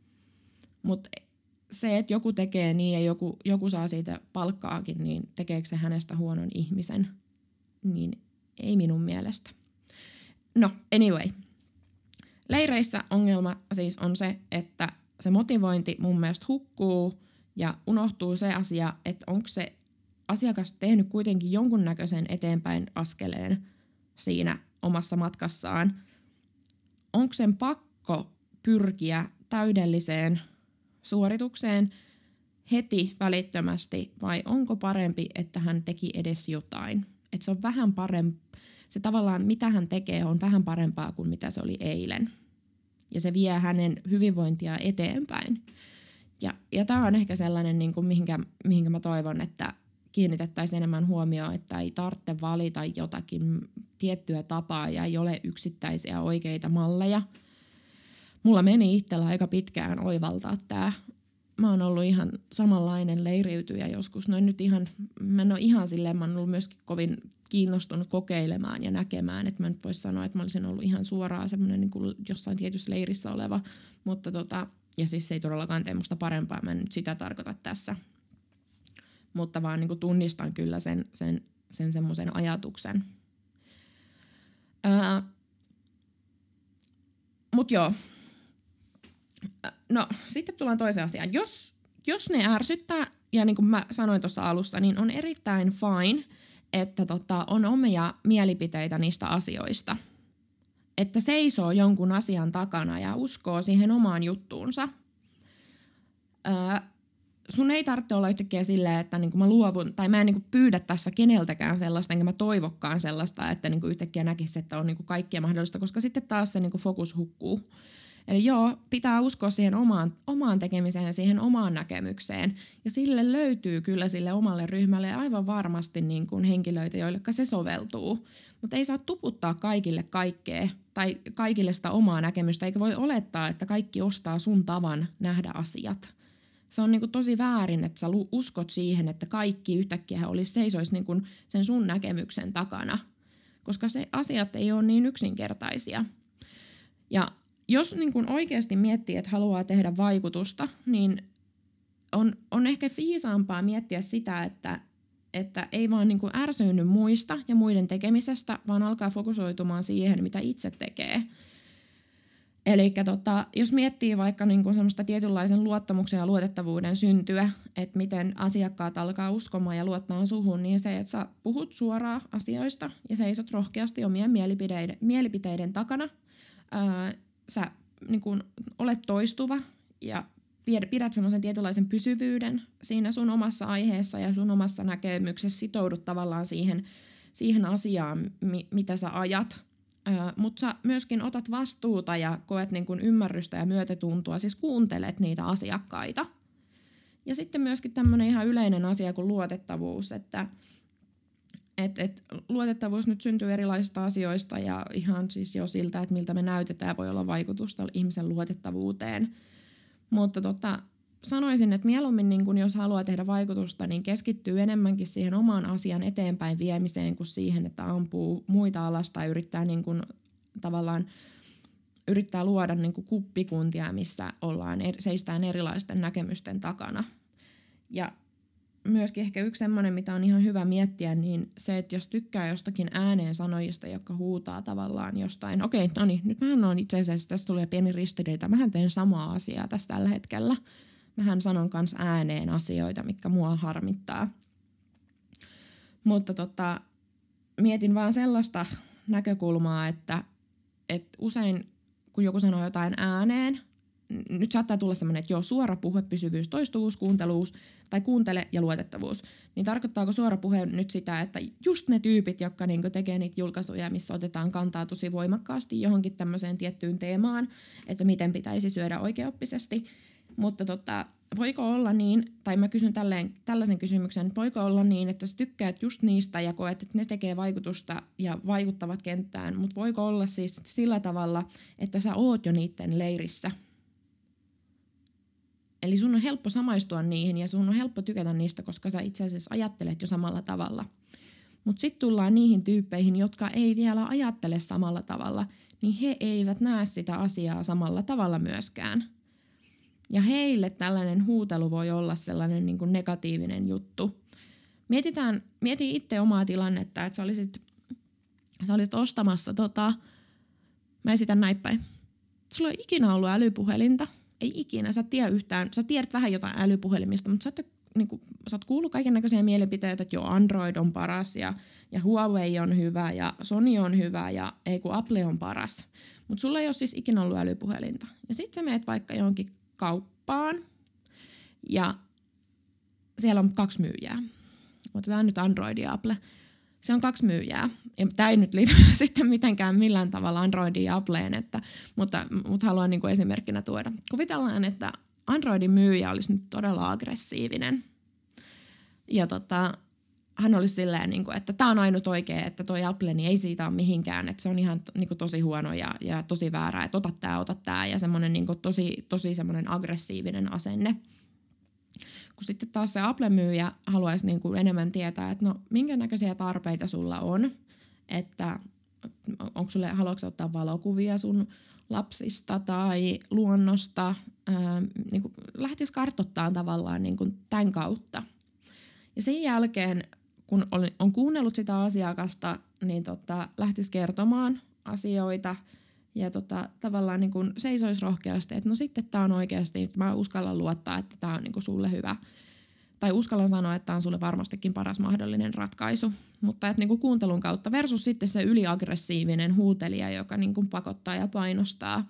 Mutta se, että joku tekee niin ja joku, joku saa siitä palkkaakin, niin tekeekö se hänestä huonon ihmisen, niin ei minun mielestä. No, anyway. Leireissä ongelma siis on se, että se motivointi mun mielestä hukkuu ja unohtuu se asia, että onko se asiakas tehnyt kuitenkin jonkunnäköisen eteenpäin askeleen siinä omassa matkassaan. Onko sen pakko pyrkiä täydelliseen suoritukseen heti välittömästi vai onko parempi, että hän teki edes jotain? Että se on vähän parempi, se tavallaan mitä hän tekee on vähän parempaa kuin mitä se oli eilen. Ja se vie hänen hyvinvointia eteenpäin. Ja, ja tämä on ehkä sellainen, niin kuin mihinkä, mihinkä mä toivon, että kiinnitettäisiin enemmän huomioon, että ei tarvitse valita jotakin tiettyä tapaa ja ei ole yksittäisiä oikeita malleja. Mulla meni itsellä aika pitkään oivaltaa tämä. Mä oon ollut ihan samanlainen leiriytyjä joskus. No nyt ihan, mä en ole ihan silleen, mä oon ollut myöskin kovin kiinnostunut kokeilemaan ja näkemään, että mä nyt vois sanoa, että mä olisin ollut ihan suoraan semmoinen niin kuin jossain tietyssä leirissä oleva, mutta tota, ja siis se ei todellakaan tee musta parempaa, mä en nyt sitä tarkoita tässä, mutta vaan niin kuin tunnistan kyllä sen, sen, sen semmoisen ajatuksen. Ää, mut joo. No, sitten tullaan toiseen asiaan. Jos, jos ne ärsyttää, ja niin kuin mä sanoin tuossa alussa, niin on erittäin fine, että tota, on omia mielipiteitä niistä asioista. Että seisoo jonkun asian takana ja uskoo siihen omaan juttuunsa. Öö, sun ei tarvitse olla yhtäkkiä silleen, että niinku mä luovun, tai mä en niinku pyydä tässä keneltäkään sellaista, enkä mä toivokkaan sellaista, että niinku yhtäkkiä näkisi, että on niinku kaikkia mahdollista, koska sitten taas se niinku fokus hukkuu. Eli joo, pitää uskoa siihen omaan, omaan tekemiseen ja siihen omaan näkemykseen. Ja sille löytyy kyllä sille omalle ryhmälle aivan varmasti niin kuin henkilöitä, joille se soveltuu. Mutta ei saa tuputtaa kaikille kaikkea tai kaikille sitä omaa näkemystä, eikä voi olettaa, että kaikki ostaa sun tavan nähdä asiat. Se on niin kuin tosi väärin, että sä uskot siihen, että kaikki yhtäkkiä olisi seisoisi niin kuin sen sun näkemyksen takana, koska se asiat ei ole niin yksinkertaisia. Ja jos niin kun oikeasti miettii, että haluaa tehdä vaikutusta, niin on, on ehkä viisaampaa miettiä sitä, että, että ei vaan niin kun ärsyynny muista ja muiden tekemisestä, vaan alkaa fokusoitumaan siihen, mitä itse tekee. Eli tota, jos miettii vaikka niinku semmoista tietynlaisen luottamuksen ja luotettavuuden syntyä, että miten asiakkaat alkaa uskomaan ja luottaa suhun, niin se, että sä puhut suoraan asioista ja seisot rohkeasti omien mielipiteiden, mielipiteiden takana. Ää, sä niinku, olet toistuva ja pidät semmoisen tietynlaisen pysyvyyden siinä sun omassa aiheessa ja sun omassa näkemyksessä, sitoudut tavallaan siihen, siihen asiaan, mi- mitä sä ajat. Öö, mutta sä myöskin otat vastuuta ja koet niin kun ymmärrystä ja myötätuntoa, siis kuuntelet niitä asiakkaita. Ja sitten myöskin tämmöinen ihan yleinen asia kuin luotettavuus, että et, et, luotettavuus nyt syntyy erilaisista asioista ja ihan siis jo siltä, että miltä me näytetään, voi olla vaikutusta ihmisen luotettavuuteen. Mutta tota, sanoisin, että mieluummin niin kun jos haluaa tehdä vaikutusta, niin keskittyy enemmänkin siihen oman asian eteenpäin viemiseen kuin siihen, että ampuu muita alas tai yrittää, niin kun, tavallaan, yrittää luoda niin kun kuppikuntia, missä ollaan, seistään erilaisten näkemysten takana. Ja myöskin ehkä yksi semmoinen, mitä on ihan hyvä miettiä, niin se, että jos tykkää jostakin ääneen sanojista, jotka huutaa tavallaan jostain, okei, no niin, nyt mähän on itse asiassa, tässä tulee pieni ristiriita, mähän teen samaa asiaa tässä tällä hetkellä. Mähän sanon kanssa ääneen asioita, mitkä mua harmittaa. Mutta tota, mietin vaan sellaista näkökulmaa, että, että usein kun joku sanoo jotain ääneen, nyt saattaa tulla semmoinen, että joo, suora puhe, pysyvyys, toistuvuus, kuunteluus tai kuuntele ja luotettavuus. Niin tarkoittaako suora puhe nyt sitä, että just ne tyypit, jotka niinku tekee niitä julkaisuja, missä otetaan kantaa tosi voimakkaasti johonkin tämmöiseen tiettyyn teemaan, että miten pitäisi syödä oikeaoppisesti. Mutta tota, voiko olla niin, tai mä kysyn tälleen, tällaisen kysymyksen, että voiko olla niin, että sä tykkäät just niistä ja koet, että ne tekee vaikutusta ja vaikuttavat kenttään, mutta voiko olla siis sillä tavalla, että sä oot jo niiden leirissä? Eli sun on helppo samaistua niihin ja sun on helppo tykätä niistä, koska sä itse asiassa ajattelet jo samalla tavalla. Mutta sitten tullaan niihin tyyppeihin, jotka ei vielä ajattele samalla tavalla, niin he eivät näe sitä asiaa samalla tavalla myöskään. Ja heille tällainen huutelu voi olla sellainen niin kuin negatiivinen juttu. Mietitään, mieti itse omaa tilannetta, että sä olisit, sä olisit ostamassa, tota, mä esitän näin päin. Sulla ei ikinä ollut älypuhelinta, ei ikinä, sä tiedät yhtään, sä tiedät vähän jotain älypuhelimista, mutta sä oot, niin kuin, sä oot kuullut kaikennäköisiä mielipiteitä, että joo, Android on paras ja, ja Huawei on hyvä ja Sony on hyvä ja ei kun Apple on paras. Mutta sulla ei ole siis ikinä ollut älypuhelinta. Ja sit sä meet vaikka johonkin kauppaan ja siellä on kaksi myyjää. Otetaan nyt Android ja Apple. Se on kaksi myyjää. Tämä ei nyt liity sitten mitenkään millään tavalla Androidin ja Appleen, että, mutta, mutta haluan niin kuin esimerkkinä tuoda. Kuvitellaan, että Androidin myyjä olisi nyt todella aggressiivinen. Ja tota, hän olisi silleen, niin kuin, että tämä on ainut oikea, että toi Apple niin ei siitä ole mihinkään, että se on ihan niin kuin tosi huono ja, ja tosi väärä, että ota tämä, ota tämä ja semmoinen niin kuin tosi, tosi semmoinen aggressiivinen asenne. Kun sitten taas se Apple-myyjä haluaisi niin kuin enemmän tietää, että no minkä näköisiä tarpeita sulla on, että onko sulle, haluatko ottaa valokuvia sun lapsista tai luonnosta, ää, niin kuin lähtisi kartoittamaan tavallaan niin kuin tämän kautta. Ja sen jälkeen, kun on kuunnellut sitä asiakasta, niin tota, lähtisi kertomaan asioita ja tota, tavallaan niin kuin seisoisi rohkeasti, että no sitten tämä on oikeasti, että mä uskallan luottaa, että tämä on niin kuin sulle hyvä. Tai uskallan sanoa, että tämä on sulle varmastikin paras mahdollinen ratkaisu. Mutta että niin kuin kuuntelun kautta versus sitten se yliaggressiivinen huutelija, joka niin kuin pakottaa ja painostaa.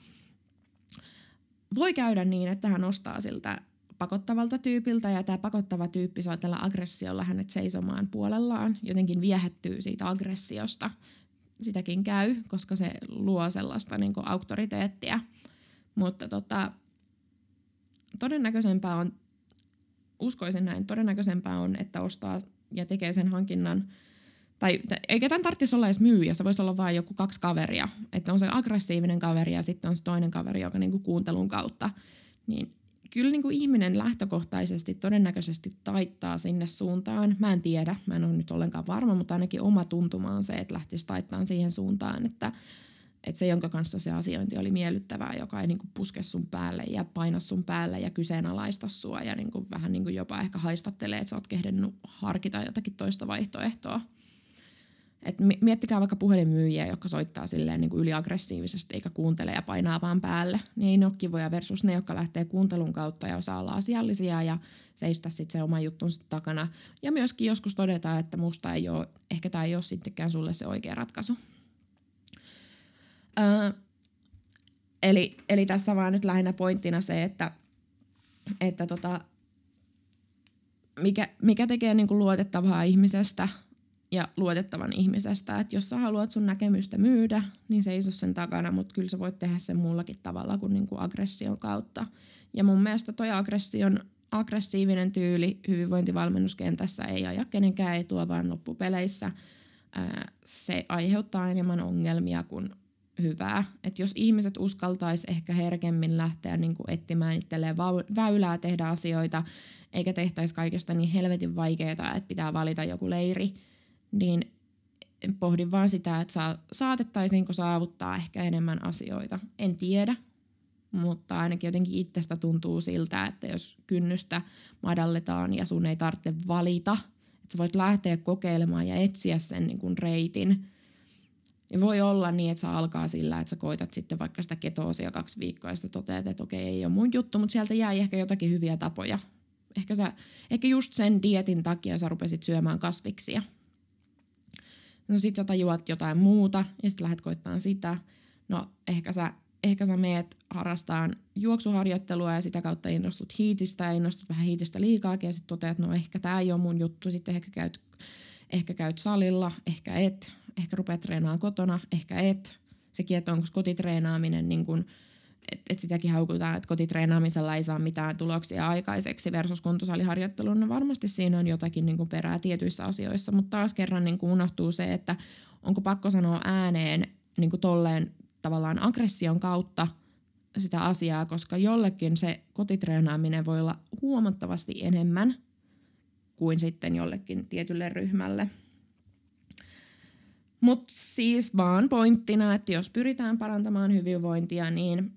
Voi käydä niin, että hän ostaa siltä pakottavalta tyypiltä ja tämä pakottava tyyppi saa tällä aggressiolla hänet seisomaan puolellaan. Jotenkin viehättyy siitä aggressiosta. Sitäkin käy, koska se luo sellaista niin kuin auktoriteettia. Mutta tota, todennäköisempää on, uskoisin näin, todennäköisempää on, että ostaa ja tekee sen hankinnan, tai eikä tämän tarvitsisi olla edes myyjä, se voisi olla vain joku kaksi kaveria. Että on se aggressiivinen kaveri ja sitten on se toinen kaveri, joka niin kuin kuuntelun kautta. Niin kyllä niin kuin ihminen lähtökohtaisesti todennäköisesti taittaa sinne suuntaan. Mä en tiedä, mä en ole nyt ollenkaan varma, mutta ainakin oma tuntuma on se, että lähtisi taittamaan siihen suuntaan, että, että se, jonka kanssa se asiointi oli miellyttävää, joka ei niin kuin puske sun päälle ja paina sun päälle ja kyseenalaista sua ja niin kuin vähän niin kuin jopa ehkä haistattelee, että sä oot kehdannut harkita jotakin toista vaihtoehtoa. Et miettikää vaikka puhelinmyyjiä, jotka soittaa silleen niin kuin yliaggressiivisesti eikä kuuntele ja painaa vaan päälle. Niin ei ne ole kivoja versus ne, jotka lähtee kuuntelun kautta ja osaa olla asiallisia ja seistä sitten se oman juttunsa takana. Ja myöskin joskus todetaan, että musta ei ole, ehkä tämä ei ole sittenkään sulle se oikea ratkaisu. Öö, eli, eli tässä vaan nyt lähinnä pointtina se, että, että tota, mikä, mikä tekee niin kuin luotettavaa ihmisestä ja luotettavan ihmisestä, että jos sä haluat sun näkemystä myydä, niin seiso sen takana, mutta kyllä sä voit tehdä sen muullakin tavalla kuin, niin kuin aggression kautta. Ja mun mielestä toi aggression, aggressiivinen tyyli hyvinvointivalmennuskentässä ei aja kenenkään etua, vaan loppupeleissä ää, se aiheuttaa enemmän ongelmia kuin hyvää. Että jos ihmiset uskaltaisi ehkä herkemmin lähteä niin kuin etsimään itselleen väylää tehdä asioita, eikä tehtäisi kaikesta niin helvetin vaikeaa, että pitää valita joku leiri, niin pohdin vaan sitä, että saa, saatettaisiinko saavuttaa ehkä enemmän asioita. En tiedä, mutta ainakin jotenkin itsestä tuntuu siltä, että jos kynnystä madalletaan ja sun ei tarvitse valita, että sä voit lähteä kokeilemaan ja etsiä sen niin kuin reitin. Ja voi olla niin, että se alkaa sillä, että sä koitat sitten vaikka sitä ketoosia kaksi viikkoa ja sitten toteat, että okei, ei ole mun juttu, mutta sieltä jäi ehkä jotakin hyviä tapoja. Ehkä, sä, ehkä just sen dietin takia sä rupesit syömään kasviksia. No sit sä tajuat jotain muuta ja sit lähdet koittamaan sitä. No ehkä sä, ehkä sä meet harrastaan juoksuharjoittelua ja sitä kautta innostut hiitistä ja innostut vähän hiitistä liikaakin ja sit toteat, että no ehkä tää ei ole mun juttu. Sitten ehkä käyt, ehkä käyt salilla, ehkä et. Ehkä rupeat treenaamaan kotona, ehkä et. Sekin, että onko kotitreenaaminen niin kun, että et sitäkin haukutaan, että kotitreenaamisella ei saa mitään tuloksia aikaiseksi versus kuntosaliharjoitteluun. No varmasti siinä on jotakin niin kuin perää tietyissä asioissa, mutta taas kerran niin kuin unohtuu se, että onko pakko sanoa ääneen niin kuin tolleen tavallaan aggression kautta sitä asiaa, koska jollekin se kotitreenaaminen voi olla huomattavasti enemmän kuin sitten jollekin tietylle ryhmälle. Mutta siis vaan pointtina, että jos pyritään parantamaan hyvinvointia, niin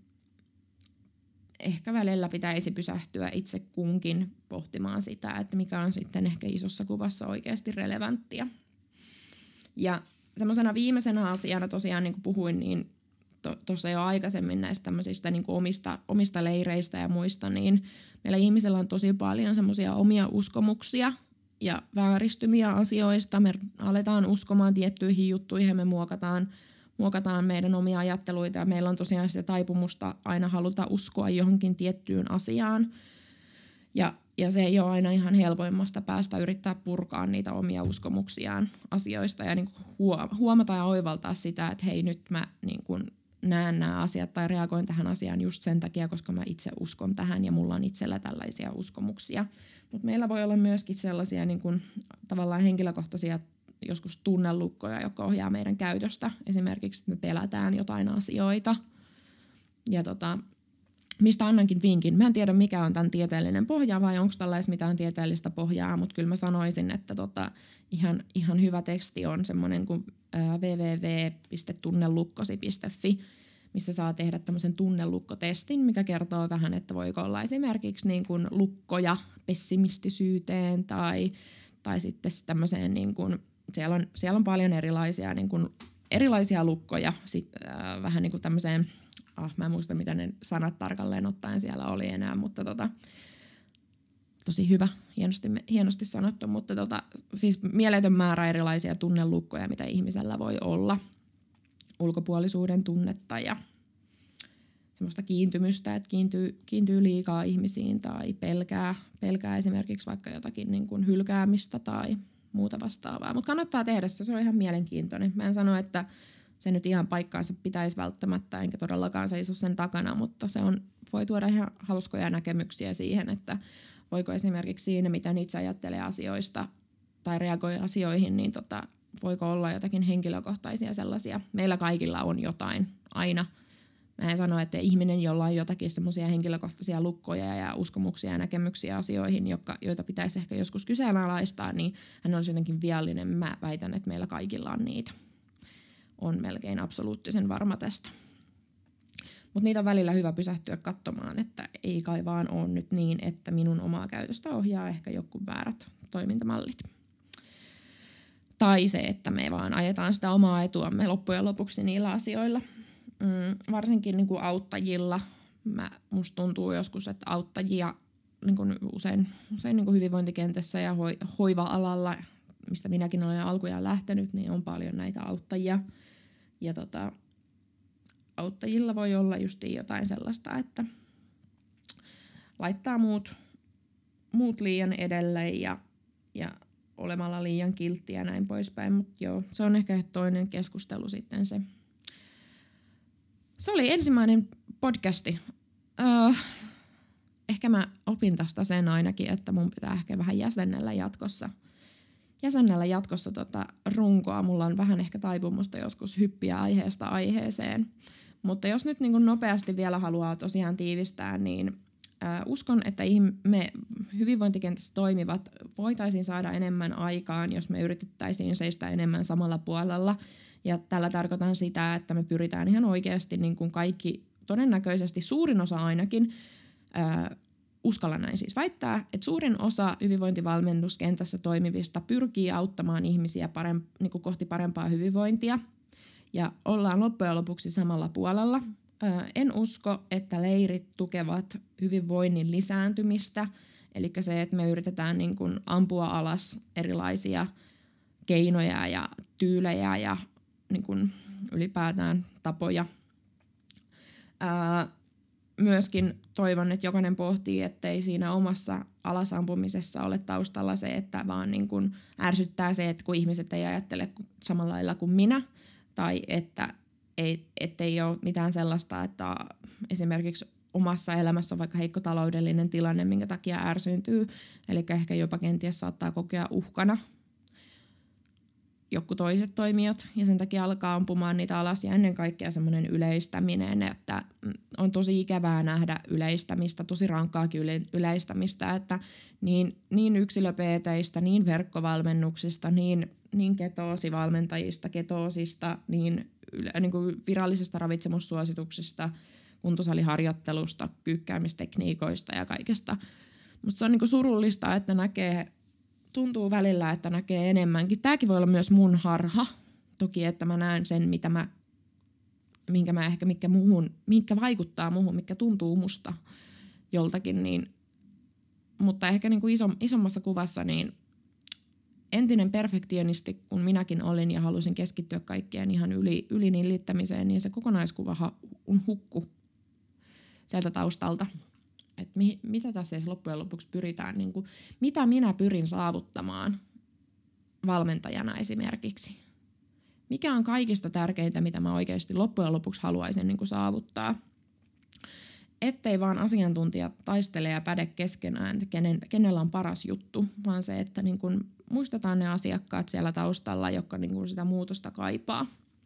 ehkä välillä pitäisi pysähtyä itse kunkin pohtimaan sitä, että mikä on sitten ehkä isossa kuvassa oikeasti relevanttia. Ja semmoisena viimeisenä asiana tosiaan, niin kuin puhuin, niin tuossa to, jo aikaisemmin näistä tämmöisistä niin kuin omista, omista leireistä ja muista, niin meillä ihmisellä on tosi paljon semmoisia omia uskomuksia ja vääristymiä asioista. Me aletaan uskomaan tiettyihin juttuihin, me muokataan muokataan meidän omia ajatteluita ja meillä on tosiaan sitä taipumusta aina haluta uskoa johonkin tiettyyn asiaan. Ja, ja se ei ole aina ihan helpoimmasta päästä yrittää purkaa niitä omia uskomuksiaan asioista ja niin kuin huomata ja oivaltaa sitä, että hei nyt mä niin kuin näen nämä asiat tai reagoin tähän asiaan just sen takia, koska mä itse uskon tähän ja mulla on itsellä tällaisia uskomuksia. Mutta meillä voi olla myöskin sellaisia niin kuin, tavallaan henkilökohtaisia joskus tunnelukkoja, jotka ohjaa meidän käytöstä. Esimerkiksi, että me pelätään jotain asioita. Ja tota, mistä annankin vinkin. Mä en tiedä, mikä on tämän tieteellinen pohja vai onko tällaista mitään tieteellistä pohjaa, mutta kyllä mä sanoisin, että tota, ihan, ihan hyvä teksti on semmoinen kuin double-u double-u double-u piste tunnelukkosi piste fi, missä saa tehdä tämmöisen tunnelukkotestin, mikä kertoo vähän, että voiko olla esimerkiksi niin kuin lukkoja pessimistisyyteen tai, tai sitten tämmöiseen niin kuin Siellä on, siellä on paljon erilaisia, niin kuin, erilaisia lukkoja, sit, äh, vähän niin kuin tämmöiseen, ah, mä en muista mitä ne sanat tarkalleen ottaen siellä oli enää, mutta tota, tosi hyvä, hienosti, hienosti sanottu, mutta tota, siis mieletön määrä erilaisia tunnelukkoja, mitä ihmisellä voi olla, ulkopuolisuuden tunnetta ja semmoista kiintymystä, että kiintyy, kiintyy liikaa ihmisiin tai pelkää, pelkää esimerkiksi vaikka jotakin niin kuin hylkäämistä tai muuta vastaavaa. Mutta kannattaa tehdä se, se on ihan mielenkiintoinen. Mä en sano, että se nyt ihan paikkaansa pitäisi välttämättä, enkä todellakaan seiso sen takana, mutta se on, voi tuoda ihan hauskoja näkemyksiä siihen, että voiko esimerkiksi siinä, miten itse ajattelee asioista tai reagoi asioihin, niin tota, voiko olla jotakin henkilökohtaisia sellaisia. Meillä kaikilla on jotain aina. Mä en sano, että ihminen, jolla on jotakin semmoisia henkilökohtaisia lukkoja ja uskomuksia ja näkemyksiä asioihin, jotka, joita pitäisi ehkä joskus kyseenalaistaa, niin hän on jotenkin viallinen. Mä väitän, että meillä kaikilla on niitä. On melkein absoluuttisen varma tästä. Mutta niitä on välillä hyvä pysähtyä katsomaan, että ei kai vaan ole nyt niin, että minun omaa käytöstä ohjaa ehkä joku väärät toimintamallit. tai se, että me vaan ajetaan sitä omaa etuamme loppujen lopuksi niillä asioilla. Mm, varsinkin niin kuin auttajilla. Mä, musta tuntuu joskus, että auttajia niin kuin usein, usein niin kuin hyvinvointikentässä ja hoi, hoiva-alalla, mistä minäkin olen alkujaan lähtenyt, niin on paljon näitä auttajia. Ja tota, auttajilla voi olla justiin jotain sellaista, että laittaa muut, muut liian edelle ja, ja olemalla liian kiltti ja näin poispäin. Mutta joo, se on ehkä toinen keskustelu sitten se. Se oli ensimmäinen podcasti. Öö, ehkä mä opin tästä sen ainakin, että mun pitää ehkä vähän jäsennellä jatkossa. Jäsennellä jatkossa tota runkoa. Mulla on vähän ehkä taipumusta joskus hyppiä aiheesta aiheeseen. Mutta jos nyt niin kuin nopeasti vielä haluaa tosiaan tiivistää, niin äh, uskon, että me hyvinvointikentässä toimivat voitaisiin saada enemmän aikaan, jos me yritettäisiin seistä enemmän samalla puolella. Ja tällä tarkoitan sitä, että me pyritään ihan oikeasti niin kuin kaikki, todennäköisesti suurin osa ainakin, äh, uskalla näin siis väittää, että suurin osa hyvinvointivalmennuskentässä toimivista pyrkii auttamaan ihmisiä paremp- niin kuin kohti parempaa hyvinvointia. Ja ollaan loppujen lopuksi samalla puolella. En usko, että leirit tukevat hyvinvoinnin lisääntymistä. Eli se, että me yritetään niin kuin ampua alas erilaisia keinoja ja tyylejä ja niin kuin ylipäätään tapoja. Ää, myöskin toivon, että jokainen pohtii, ettei siinä omassa alasampumisessa ole taustalla se, että vaan niin kuin ärsyttää se, että kun ihmiset ei ajattele samalla lailla kuin minä, tai että ei, ettei ole mitään sellaista, että esimerkiksi omassa elämässä on vaikka heikko taloudellinen tilanne, minkä takia ärsyyntyy, eli ehkä jopa kenties saattaa kokea uhkana joku toiset toimijat, ja sen takia alkaa ampumaan niitä alas, ja ennen kaikkea semmoinen yleistäminen, että on tosi ikävää nähdä yleistämistä, tosi rankkaakin yle- yleistämistä, että niin, niin yksilöpeeteistä, niin verkkovalmennuksista, niin, niin ketoosivalmentajista, ketoosista, niin, yle, niin kuin virallisista ravitsemussuosituksista, kuntosaliharjoittelusta, kyykkäämistekniikoista ja kaikesta. Musta se on niin kuin surullista, että näkee tuntuu välillä, että näkee enemmänkin. Tämäkin voi olla myös mun harha. Toki, että mä näen sen, mitä mä, minkä mä ehkä, mitkä, muuhun, mitkä vaikuttaa muuhun, mitkä tuntuu musta joltakin. Niin, mutta ehkä niin kuin iso, isommassa kuvassa niin entinen perfektionisti, kun minäkin olin ja halusin keskittyä kaikkeen ihan yli, yli nillittämiseen, niin se kokonaiskuva on hukku sieltä taustalta. Että mi, mitä tässä edes loppujen lopuksi pyritään, niin kuin, mitä minä pyrin saavuttamaan valmentajana esimerkiksi. Mikä on kaikista tärkeintä, mitä mä oikeasti loppujen lopuksi haluaisin niin kuin saavuttaa. Ettei vaan asiantuntijat taistele ja päde keskenään, että kenen, kenellä on paras juttu, vaan se, että niin kuin muistetaan ne asiakkaat siellä taustalla, jotka niin kuin sitä muutosta kaipaa.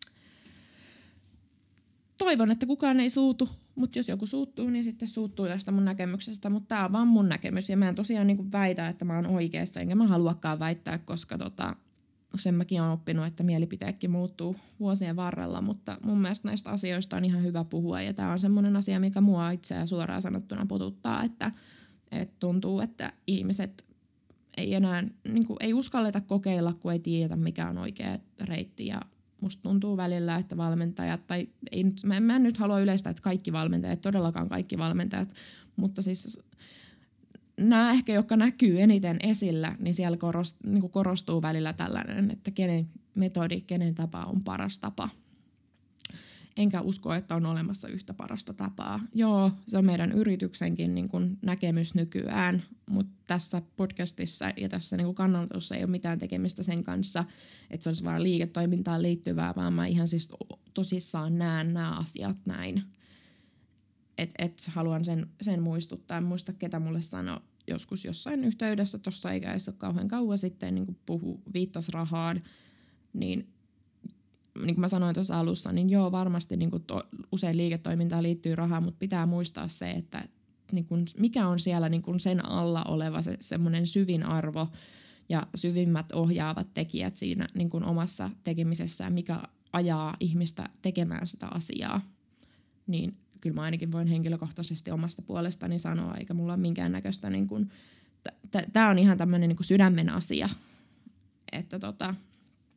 Toivon, että kukaan ei suutu, mutta jos joku suuttuu, niin sitten suuttuu tästä mun näkemyksestä, mutta tää on vaan mun näkemys ja mä en tosiaan niin kuin väitä, että mä oon oikeassa, enkä mä haluakaan väittää, koska tota, sen mäkin oon oppinut, että mielipiteetkin muuttuu vuosien varrella, mutta mun mielestä näistä asioista on ihan hyvä puhua ja tää on semmoinen asia, mikä mua itseään suoraan sanottuna potuttaa, että, että tuntuu, että ihmiset ei enää, niin kuin, ei uskalleta kokeilla, kun ei tiedä, mikä on oikea reitti ja musta tuntuu välillä, että valmentajat, tai ei nyt, mä, en, mä en nyt halua yleistää, että kaikki valmentajat, todellakaan kaikki valmentajat, mutta siis nämä ehkä, jotka näkyy eniten esillä, niin siellä korost, niin kuin korostuu välillä tällainen, että kenen metodi, kenen tapa on paras tapa. Enkä usko, että on olemassa yhtä parasta tapaa. Joo, se on meidän yrityksenkin niin kuin näkemys nykyään, mutta tässä podcastissa ja tässä niin kuin kannanotossa ei ole mitään tekemistä sen kanssa, että se olisi vain liiketoimintaan liittyvää, vaan mä ihan siis tosissaan näen nämä asiat näin. Että et haluan sen, sen muistuttaa. En muista, ketä mulle sanoi joskus jossain yhteydessä, tuossa eikä edes ole kauhean kauan sitten, niin kuin puhu, viittasi rahaan, niin niin kuin mä sanoin tuossa alussa, niin joo, varmasti niin kuin to, usein liiketoimintaan liittyy rahaa, mutta pitää muistaa se, että niin kuin, mikä on siellä niin kuin sen alla oleva se, semmoinen syvin arvo ja syvimmät ohjaavat tekijät siinä niin kuin omassa tekemisessään, mikä ajaa ihmistä tekemään sitä asiaa. Niin kyllä mä ainakin voin henkilökohtaisesti omasta puolestani sanoa, eikä mulla ole minkäännäköistä, niin kuin, t- t- tää on ihan tämmöinen niin kuin sydämen asia, että tota,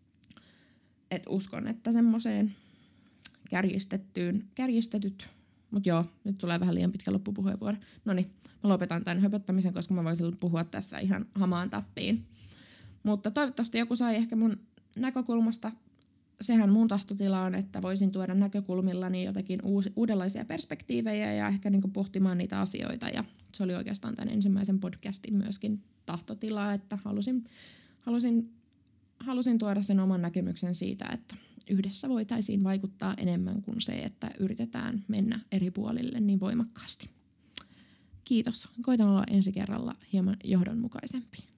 et uskon, että semmoiseen kärjistettyyn, kärjistetyt, mutta joo, nyt tulee vähän liian pitkä loppupuheenvuoro. Noniin, mä lopetan tämän höpöttämisen, koska mä voisin puhua tässä ihan hamaan tappiin. Mutta toivottavasti joku sai ehkä mun näkökulmasta, sehän mun tahtotila on, että voisin tuoda näkökulmillani jotakin uusi, uudenlaisia perspektiivejä ja ehkä niinku pohtimaan niitä asioita. Ja se oli oikeastaan tämän ensimmäisen podcastin myöskin tahtotila, että halusin, halusin, halusin tuoda sen oman näkemyksen siitä, että yhdessä voitaisiin vaikuttaa enemmän kuin se, että yritetään mennä eri puolille niin voimakkaasti. Kiitos. Koitan olla ensi kerralla hieman johdonmukaisempi.